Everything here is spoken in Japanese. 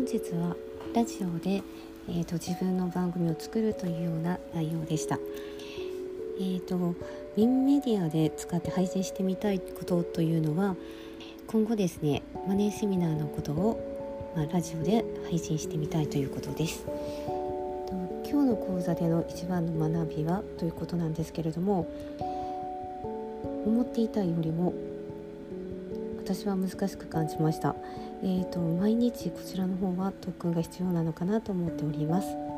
日はラジオで、自分の番組を作るというような内容でした。民メディアで使って配信してみたいことというのは、今後ですね、マネーセミナーのことを、ラジオで配信してみたいということです。今日の講座での一番の学びはということなんですけれども、思っていたよりも私は難しく感じました。毎日こちらの方は特訓が必要なのかなと思っております。